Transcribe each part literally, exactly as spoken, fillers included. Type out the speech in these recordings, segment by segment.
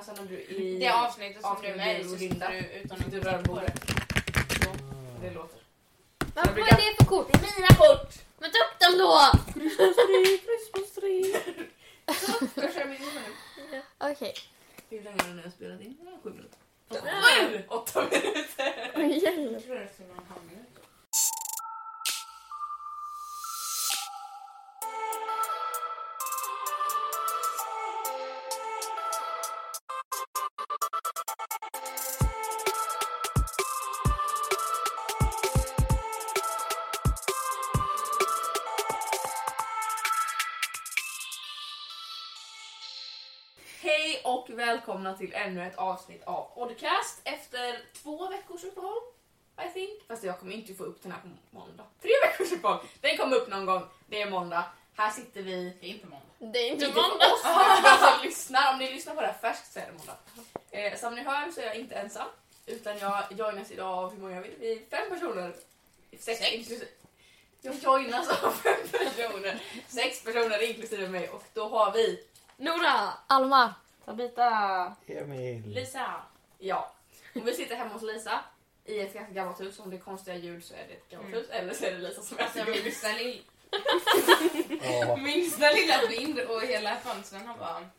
Alltså när du i det avsnittet som avsnittet du är med du så Linda, sitter du utan att du titta rör på bordet. det. Så, det låter. Vad Jag vad brukar- är det för kort? Det är mina kort! Men ta upp dem då! Jag kör min nu. Okej. Hur länge har ni spelat in? Ja, Sju minuter. Sju! Åtta minuter. Oj, jävlar. Jag tror det är någon halv minut. Hej och välkomna till ännu ett avsnitt av Oddcast efter två veckors uppehåll, I think. Fast jag kommer inte få upp den här på måndag. Tre veckors uppehåll. Den kommer upp någon gång. Det är måndag. Här sitter vi. Det är inte måndag. Det är inte Inte för måndag. oss, men för de som lyssnar. Om ni lyssnar på det här färskt så är det måndag. Eh, som ni hör så är jag inte ensam. Utan jag joinas idag av hur många vill vi? Vi är fem personer. Sex, Sex. inklusive. Jag joinas av fem personer. Sex personer inklusive mig. Och då har vi... Nora! Alma! Tabita. Emil. Lisa. Ja. Och vi sitter hemma hos Lisa. I ett ganska gammalt hus. Om det är konstiga ljud så är det ett gammalt Mm. hus. Eller så är det Lisa som är Alltså så minsta, lill... Ja. minsta lilla vind och hela fönstren har bara...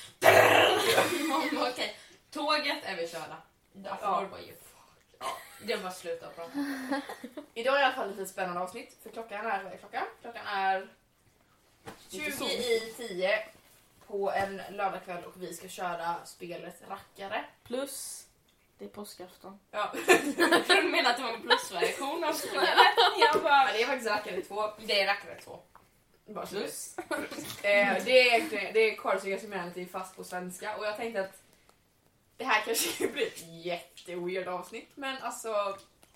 Mamma, okej. Tåget är vi körda. Därför Ja. var det bara ju... Ja, det var sluta att prata. Idag är i alla fall lite spännande avsnitt. För klockan är... Vad är klockan? Klockan är tjugo i tio på en lördagkväll och vi ska köra spelet Rackare. Plus, det är påskafton. Ja. Jag trodde du menade att det var en plusversion av spelet. Jag bara... Men det är faktiskt Rackare två. Det är Rackare två. Bara så Plus. Eh, det är egentligen, det är Cards Humanity fast på svenska och jag tänkte att det här kanske blir ett jätteweird avsnitt, men alltså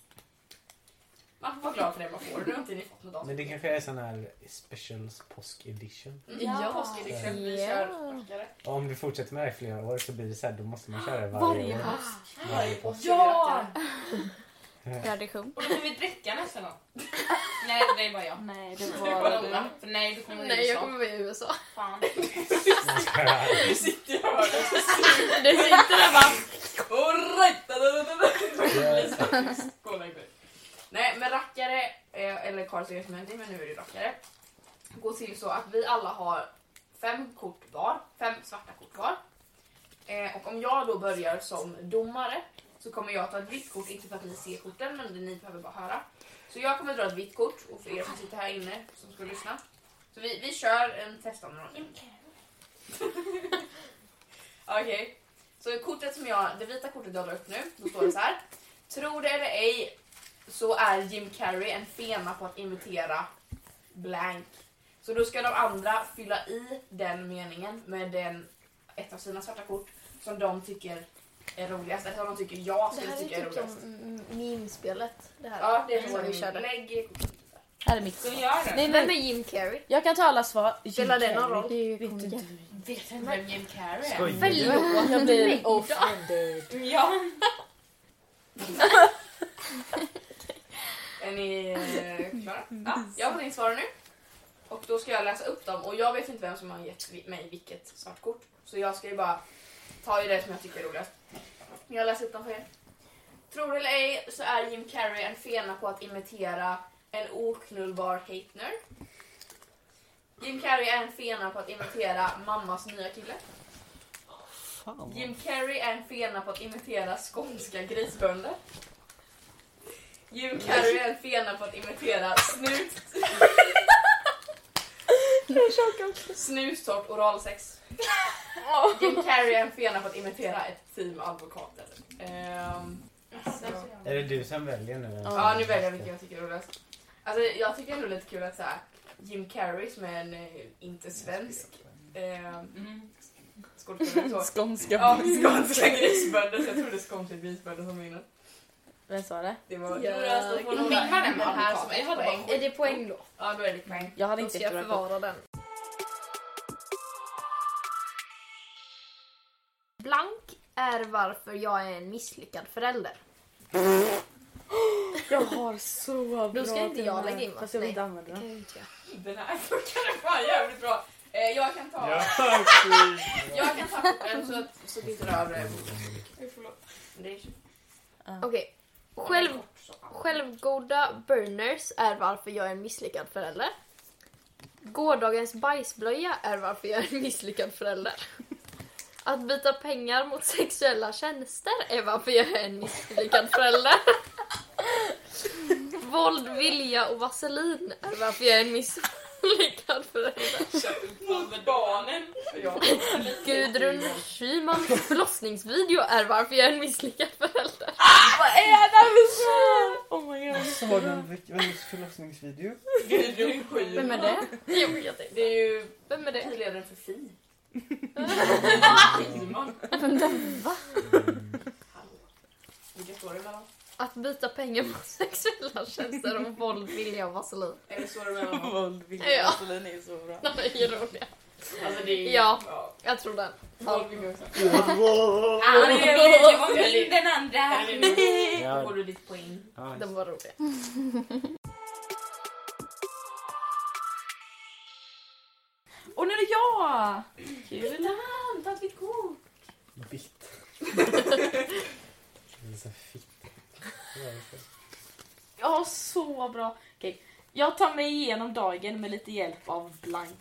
man får vara glad för det man får. Nu har inte ni fått något avsnitt. Men det kanske är sån här specials påsk edition. Mm, Ja. påskedition, vi Ja. kör Rackare. Och om vi fortsätter med det i flera år så blir det så här, då måste man köra det varje, Varje år. påsk. Varje påsk. Ja! Tradition. Och då får vi dricka nästa gång. Nej, det är bara jag. Nej, det Det var var För Nora. för nej, du kommer Nej, i U S jag A. kommer vara i U S A. Fan. Man ska göra Nu sitter jag och hör det. Du sitter där bara... Korrekt! Skål, ägg. Nej, men Rackare, eh, eller Cards Humanity, men nu är det Rackare, går till så att vi alla har fem kort var, fem svarta kort var. Eh, och om jag då börjar som domare så kommer jag ta ett vitt kort, inte för att ni ser korten, men ni behöver bara höra. Så jag kommer dra ett vitt kort, och för er som sitter här inne som ska lyssna. Så vi, vi kör en testomgång. Okej. Okay. Så kortet som jag, det vita kortet jag drar upp nu, då står det så här. Tror det eller ej så är Jim Carrey en fena på att imitera blank. Så då ska de andra fylla i den meningen med den, ett av sina svarta kort som de tycker är roligast. Eller som de tycker jag Det skulle här är tycka är typ roligast. som meme-spelet. Det här. Ja, det är som så vi vi körde. Lägg kortet. Här är mitt Ska vi svar. göra det? Nej, Vem är nej. Jim Carrey? Jag kan ta alla svar. Spelar det någon roll? Det är ju Vet komikern. inte. Vet du vem Jim Carrey är? Skojar. Förlåt. Jag Nej blir då. offended. Ja. Är ni eh, klara? Ja, jag har tänkt svara nu. Och då ska jag läsa upp dem. Och jag vet inte vem som har gett vi- mig vilket svart kort. Så jag ska ju bara ta i det som jag tycker är roligast. Jag läser upp dem för er. Tror det eller ej så är Jim Carrey en fena på att imitera en oknullbar hatener. Jim Carrey är en fena på att imitera mammas nya kille. Fan. Jim Carrey är en fena på att imitera skånska grisbönder. Jim Carrey är en fena på att imitera snut... snustort oralsex. Jim Carrey är en fena på att imitera ett team advokater. Ehm, så. Är det du som väljer nu? Ja, nu väljer jag vilken jag tycker är roligast. Alltså, jag tycker ändå lite kul att så här, Jim Carrey som är en eh, inte svensk ehm, Mm. skådespelare så. Skånska. Ja, skånska grisbönder, så jag trodde skånska grisbönder som vinner. Vem sa det? Det var Ja, Nora står på min Nora. hade en Den här advokat. som ett Jag hade poäng. Är det poäng då? Ja, då är det poäng. Jag hade Då inte ska jag jättebra koll. förvara den. Blank är varför jag är en misslyckad förälder. Jag har så bra. Då ska inte jag den här, lägga in, va? Fast jag vill Nej. inte använda Det kan den. jag inte göra. Den här funkar fan jävligt bra. Eh, jag kan ta... Ja, jag kan ta korten så att så byter över det. Förlåt. Det är Okej. Själv, självgoda burners är varför jag är en misslyckad förälder. Gårdagens bajsblöja är varför jag är en misslyckad förälder. Att byta pengar mot sexuella tjänster är varför jag är en misslyckad förälder. Våld, vilja och vaselin är varför jag är en misslyckad förälder. med barnen. Gudrun Schymans förlossningsvideo är varför jag är en misslyckad förälder. Vad är det för svar? Oh my god. Så den veckans förlossningsvideo. Vem är det? Jag vet inte. Det är ju Vem är det? ledaren för Fi. Va? Vilka står det mellan? Att byta pengar mot sexuella tjänster och våld, vilja och vaselin. Är det står det mellan? Våld, vilja Ja. och vaselin är så bra. Det är roligt. Alltså det är... Ja. ja. Jag tror den. Våld, vilja och Ah, det var min den andra. Då får du ditt poäng. De var roliga. Och nu är det jag! Kul. Ta ett vitt kort. Vitt. Det är så fitt. Jag har så bra. Okej. Jag tar mig igenom dagen med lite hjälp av blank.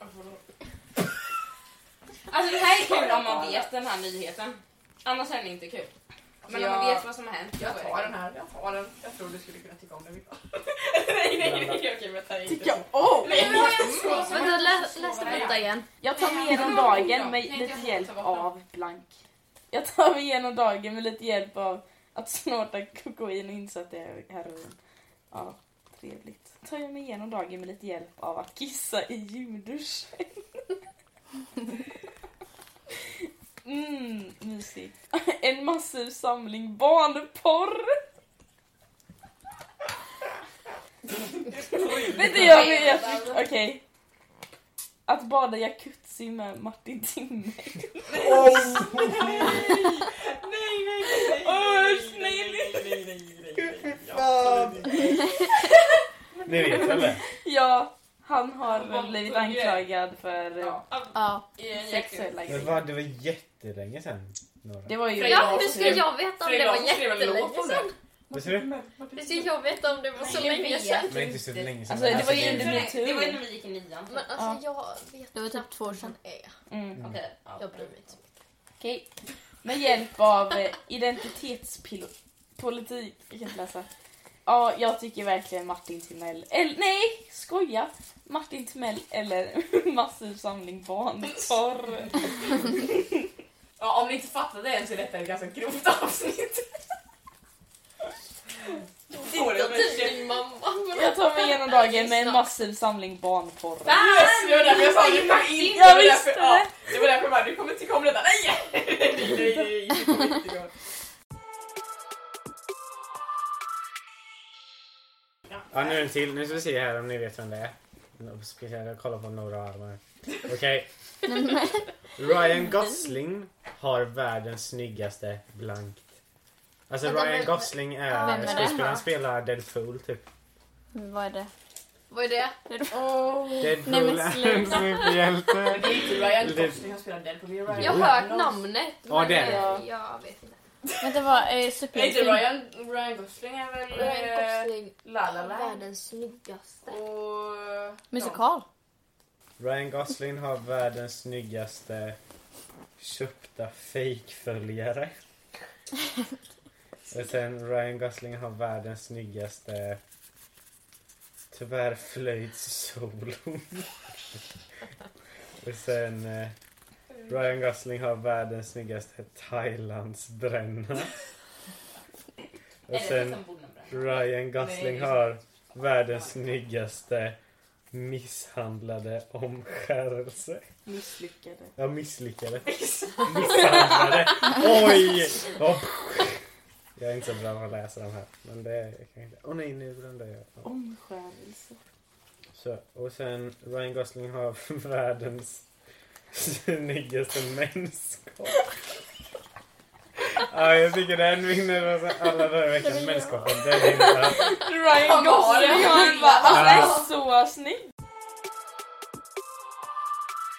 Alltså det här är kul om man vet den här nyheten. Annars är det inte kul. Men om man vet vad som har hänt. Jag tar den här. Jag tar den. Jag tror du skulle kunna tycka om den. nej, nej, nej. Okej, okej, men ta inte. Tycker jag om! Vänta, läs, läs det vänta igen. Jag tar mig igenom dagen med lite hjälp av blank. Jag tar mig igenom dagen med lite hjälp av att snorta kokain och insatt i heroin. Ja, trevligt. Tar jag mig igenom dagen med lite hjälp av att kissa i gymduschen. Mm, mysigt. En massiv samling barnporr. Vet du, jag vet. Okej. Okay. Att bada jacuzzi med Martin Timmer. Oh! Nej, nej, nej. Usch, nej, nej, nej, nej. Fan! Ni vet väl det? Ja, han har blivit anklagad för Ja. Ja. sexuella Men grejer. vad, det var jättelänge sedan. Några. Det var ju... Ja, hur ska jag veta om det var jättelänge sedan? Vad säger du? Hur ska jag veta om det var så Nej, jag länge vet. sedan? Men inte så länge sedan. Alltså, det var ju det- under metoo. Det var ju när vi gick i nian. Men alltså jag vet Det var typ knappt två år vad sedan. han är. Mm. Okej. ja. Jag bryr mig inte. Okej. Med hjälp av eh, identitetspolitik. Jag kan inte läsa. Ja, jag tycker verkligen Martin Timell. Eller, nej, skoja. Martin Timell eller massiv samling barnporr. Ja, om ni inte fattar det än så är detta ett ganska grovt avsnitt. Får det Typ din mamma. Jag tar mig igenom dagen med en massiv samling barnporr. Yes, det var därför jag sa det var inte. Jag Det var visste därför, ja, det var därför jag bara, du kommer tycka om detta. Nej! Nej, nej, nej, nej, det kommer inte gå. Ja, nu är det en till. Nu ska vi se här om ni vet vem det är. Speciellt kolla på några armar. Okej. Ryan Gosling har världens snyggaste blankt. Alltså Vänta, Ryan vem- Gosling Vem är är det? skådespelaren, han spelar Deadpool typ. Vad är det? Vad är det? Oh. Deadpool Nej, men är en sluta. superhjälte. Men det är inte Ryan Det- Gosling som spelar Deadpool, det är Ryan Jag har hört namnet. Ja, det är det. men jag vet inte. Vänta, vad är Nej, inte superhjälten? Ryan, Ryan Gosling är väl Ryan eh, Gosling, La La Land världens snyggaste. och... Musikal? Ryan Gosling har världens snyggaste köpta fake-följare. Och sen Ryan Gosling har världens snyggaste tvärflöjtssolo. Och sen eh, Ryan Gosling har världens snyggaste Thailandsbränna. Och sen Ryan Gosling har världens snyggaste misshandlade omskärelse. Misslyckade. Ja, misslyckade. Misshandlade. Oj! Oh. Jag är inte så bra på att läsa de här. Men det är... Åh oh, nej, nu glömde jag. Ja. Omskärelse. Så, och sen Ryan Gosling har världens snyggaste mänskap. Ja, jag tycker den vinner alla den här veckan. Mänskapen, det är inte. Ryan Gosling, han bara, alltså det är så snygg.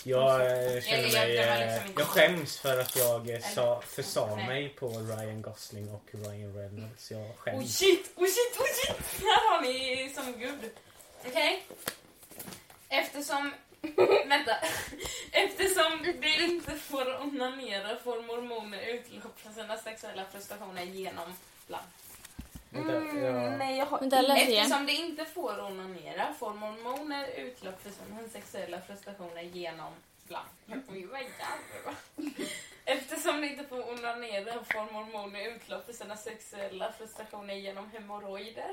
Jag eh, känner Jag- jag- mig... jag var eh, liksom inte- Jag skäms för att jag eh, sa, Eller- försa Nej. mig på Ryan Gosling och Ryan Reynolds. Jag Oh skäms. shit, oh shit, oh shit! Här har ni som gud. Okej? Eftersom... vänta. Eftersom det inte får onanera får mormoner utlopp för sina sexuella frustrationer genom bland. Vänta, Mm, jag... nej, jag har Vänta, läs igen. Eftersom det inte får onanera får mormoner utlopp för sina sexuella frustrationer genom bland. Oj, vad jävlar. Eftersom det inte får onanera får mormoner utlopp för sina sexuella frustrationer genom hemorrojder.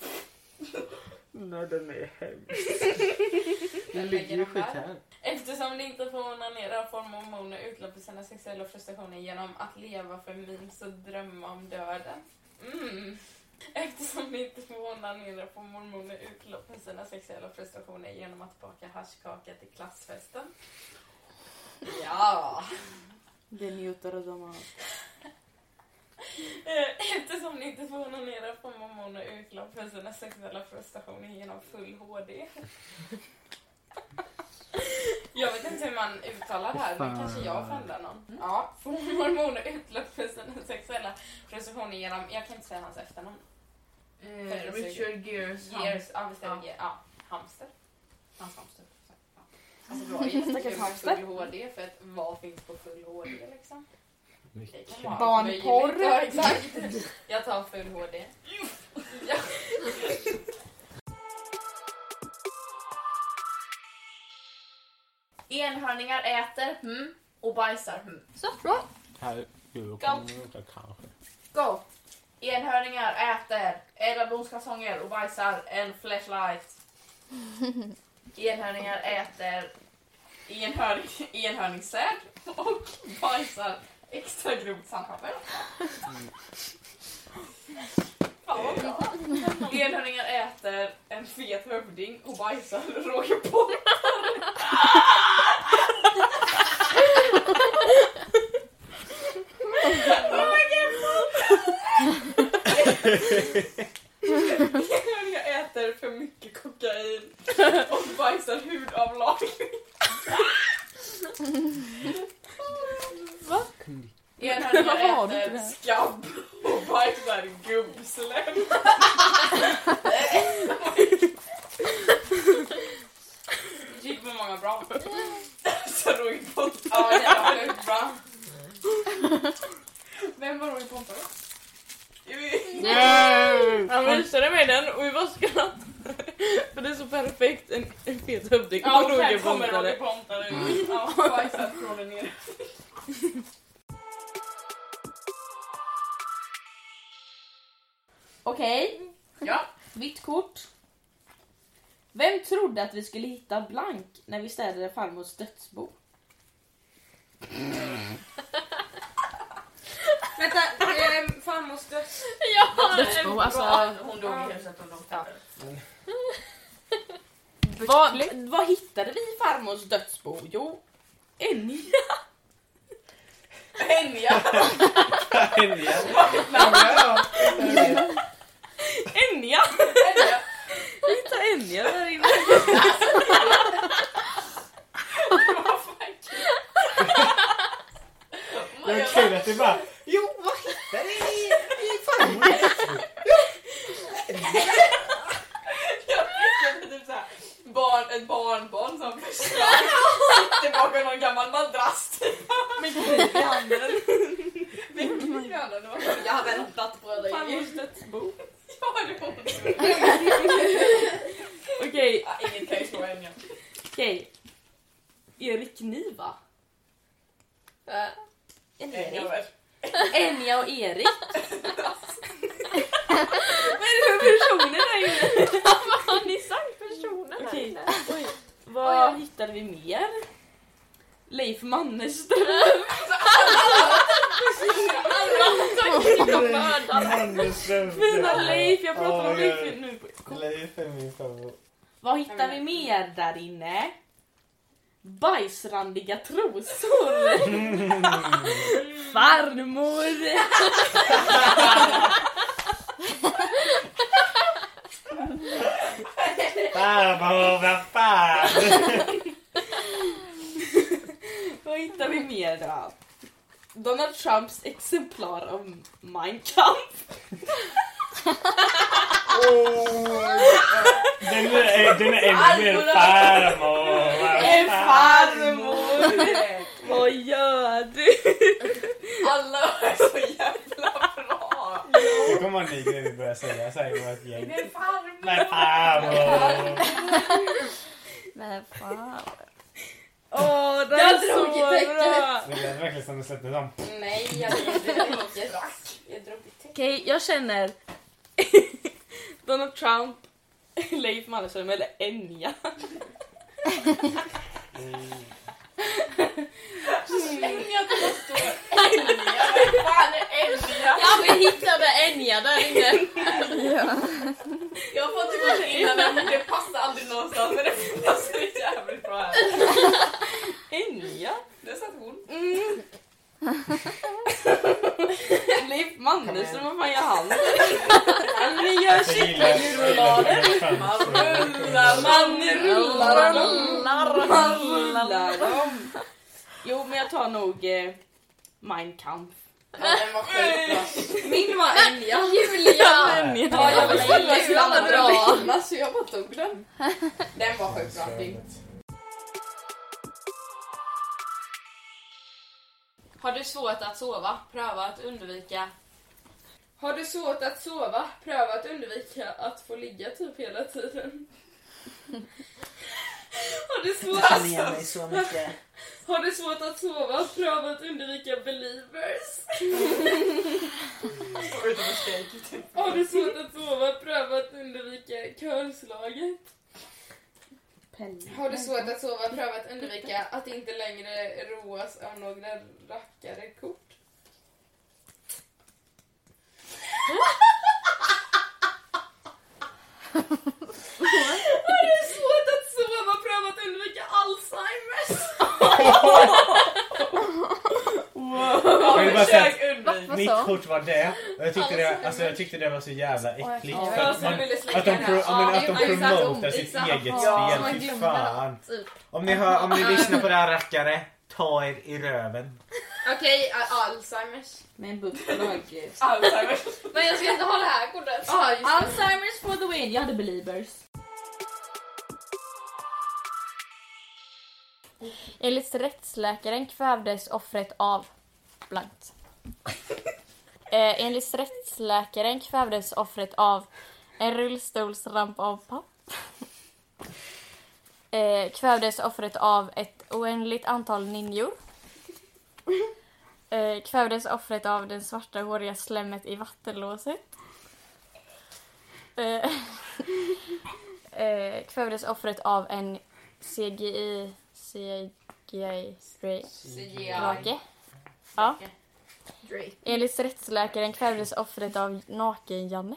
Nej, den är hemsk. Jag Den lägger ligger ju dem skit där. här. Eftersom det inte får onanera får mormoner utlopp för sina sexuella frustrationer genom att leva för memes och drömma om döden. Mm. Eftersom det inte får onanera får mormoner utlopp för sina sexuella frustrationer genom att baka haschkaka till klassfesten. Ja. Det njuter de av. Eh, Eftersom det inte får onanera får mormoner utlopp för sina sexuella frustrationer genom full H D. Jag vet inte hur man uttalar det här, men kanske jag offendar någon. Ja, får mormoner utlopp för sina sexuella frustrationer genom, jag kan inte säga hans efternamn. Eh, Richard Gears. Gears, ja visst är det Gears. Ja, hamster. Hans hamster. Ja. Alltså det var ju Stackars jättekul med hamster. full H D, för att vad finns på full H D liksom? Det kan vara Barnporr. allt möjligt. Ja, exakt. Jag tar full H D. Ja. Enhörningar äter hmm, och bajsar hmm. Så, bra. Här, du kommer inte kanske. Go! Enhörningar äter ädlablomskalsonger och bajsar en flashlight. Enhörningar äter enhörning, enhörningssäd och bajsar extra grovt sandpapper. Fan vad bra. Enhörningar äter en fet hövding och bajsar Roger Pontare. Jag äter för mycket kokain och bajsar hudavlagring. Va? Enhörningar Varför har du inte äter det här? skabb och bajsar gubbslem. Gick med många bra. Så Roger Pontare. Ja, det var sjukt bra. Vem var Roger Pontare? Han visade mig den och vi bara skratt. För det är så perfekt. En, en fet hövding Ja, och och Roger sen kommer Roger Pontare. Pontare ut. Ja, bajsat från den ner. Okej, Ja. mitt kort. Vem trodde att vi skulle hitta blank när vi städade farmors dödsbo? Vänta, eh, farmors döds... Ja, Dödsbo, alltså. Hon dog i huset och de Ja. Vad, vad hittade vi i farmors dödsbo? Jo, Enya. Enya. Enya. Enya! Enya. Vi hittar Enya där inne. Det var kul att du bara... Jo, vad hittar ni i, i farmor? Jag tycker typ såhär, barn, ett barnbarn som försvann tillbaka någon gammal madrass. Med kniv i handen. Med kniv i handen. Jag hade en plattbröd i. Farmors dödsbo. Ja, det var Okej, ja, inget kan ju slå Enya. okej. Erik Niva. En Enya Erik. väl. Enya och Erik. Vad är det för personer där inne? har ni sagt personen här Okej, inne? oj. Vad hittade vi mer? Leif Mannerström. Fina Leif, jag pratar om Leif nu. Leif är min favorit. Vad hittar vi mer där inne? Bajsrandiga trosor. Farmor. Farmor, vad fan? hittar vi mer då? Donald Trumps exemplar av Mein Kampf. Oh, den är, den är ännu mer farmor. En farmor. Vad gör du? Alla är så jävla bra. Det kommer man ny grej vi börjar säga. Säger vårt gäng. Det är farmor. Men farmor. Men fan. Åh, det Jag är så drog i täcket. bra. Det lät verkligen som du släppte dem. Nej, jag drog inte. Jag drog i täcket. Okej, jag känner Donald Trump, Leif Mannerström eller Enya. Enya att det står Enya. Vad fan är Enya? Ja, vi hittade Enya där inne. Ja. Jag har fått det innan men det passar aldrig någonstans. Men det passar inte jävligt bra här. Enya? Det satt hon. Mm. Leif Mannerström, vad fan gör han? Han gör kycklingrullader. Man rullar, Man rullar dem. Rullar. Man rullar dem. Jo, men jag tar nog eh, Mein Kampf. Ja, den var sjukt bra. Min var Enya. Julia. Ja, jag visste inte Julia hur alla var bra. bra. Så jag bara tog den. Den var sjukt bra. Har du svårt att sova? Pröva att undvika. Har du svårt att sova? Pröva att undvika att få ligga typ hela tiden. Har du svårt Jag att känner igen mig så mycket. Har du svårt att sova? Pröva att undvika believers. Har du svårt att sova? Pröva att undvika körslaget. Har du svårt att sova? Pröva att undvika att inte längre roas av några rackare kort. Har du svårt att sova? Pröva att undvika Alzheimers. Jag vill bara säga att Vad mitt sa? kort var det. Och jag tyckte det, alltså jag tyckte det var så jävla äckligt. Ja, För att, man, att de, pro, ja, men att de promotar sitt eget spel. Fy fan. Om ni, hör, om ni lyssnar på det här rackare, ta er i röven. Okej, okay, Alzheimers. Med en bukt på laget. Alzheimer. Men jag ska inte ha det här kortet. Ja, just det. Alzheimers for the win. Jag hade believers. Enligt rättsläkaren kvävdes offret av blankt. Eh, enligt rättsläkaren kvävdes offret av en rullstolsramp av papp. Eh, kvävdes offret av ett oändligt antal ninjor. Eh, kvävdes offret av den svarta håriga slemmet i vattenlåset. Eh, eh, kvävdes offret av en C G I C G I-drake. Ja. Drake. Enligt rättsläkaren kvävdes offret av naken-Janne.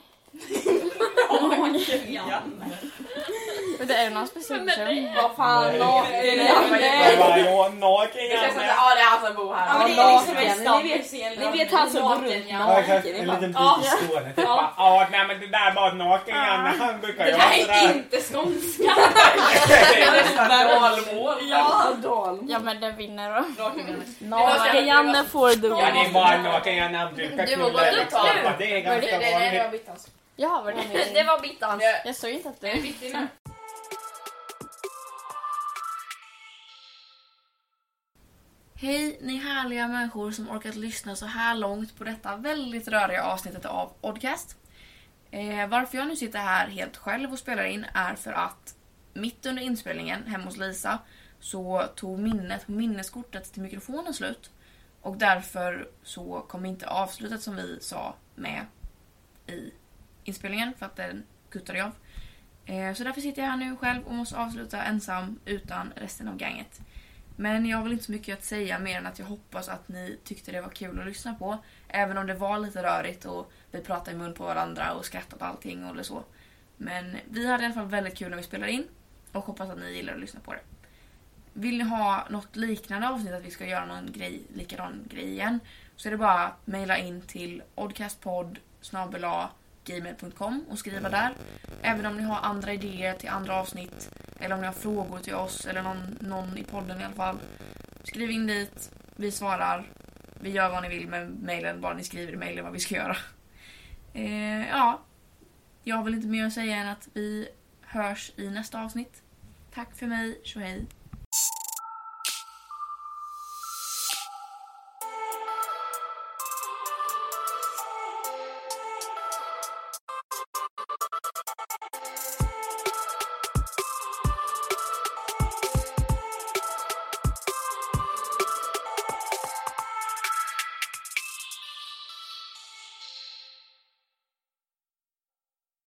Men det är någon speciell person. Vad fan, naken Det Janne. var ju naken Det känns som att Janne. ja, det är han som bor här. Ja, men det är liksom en stamscen. Ni vet han som går runt Ja, exakt. naken. En liten by Ja. i Skåne. Typ bara, ja, nej men det där var naken Janne. Han brukar Det ju där vara är sådär. inte skånska. Det är nästan dalmål. Ja, dal. Ja, men den vinner då. Naken Naken-Janne får du. Ja, det är bara naken Janne. Han brukar Du var knulla bara eller uttalat. klappa. Det är Det, det, ganska det, det var vanligt. Bittans. Ja, var det Det var Bittans. Jag såg inte att Det är det... viktigt nu. Hej ni härliga människor som orkat lyssna så här långt på detta väldigt röriga avsnittet av Oddcast. Eh, varför jag nu sitter här helt själv och spelar in är för att mitt under inspelningen hemma hos Lisa så tog minnet på minneskortet till mikrofonen slut. Och därför så kom inte avslutet som vi sa med i inspelningen för att den kuttade av. Eh, så därför sitter jag här nu själv och måste avsluta ensam utan resten av gänget. Men jag har väl inte så mycket att säga mer än att jag hoppas att ni tyckte det var kul att lyssna på. Även om det var lite rörigt och vi pratade i mun på varandra och skrattade och allting eller så. Men vi hade i alla fall väldigt kul när vi spelade in och hoppas att ni gillar att lyssna på det. Vill ni ha något liknande avsnitt, att vi ska göra någon grej, likadan grej igen, så är det bara att mejla in till oddcastpodd snabel-a gmail punkt com och skriva där. Även om ni har andra idéer till andra avsnitt eller om ni har frågor till oss eller någon, någon i podden i alla fall, Skriv in dit. Vi svarar. Vi gör vad ni vill med mejlen. Bara ni skriver i mejlen vad vi ska göra. Eh, ja. Jag har väl inte mer att säga än att vi hörs i nästa avsnitt. Tack för mig. Tjohej.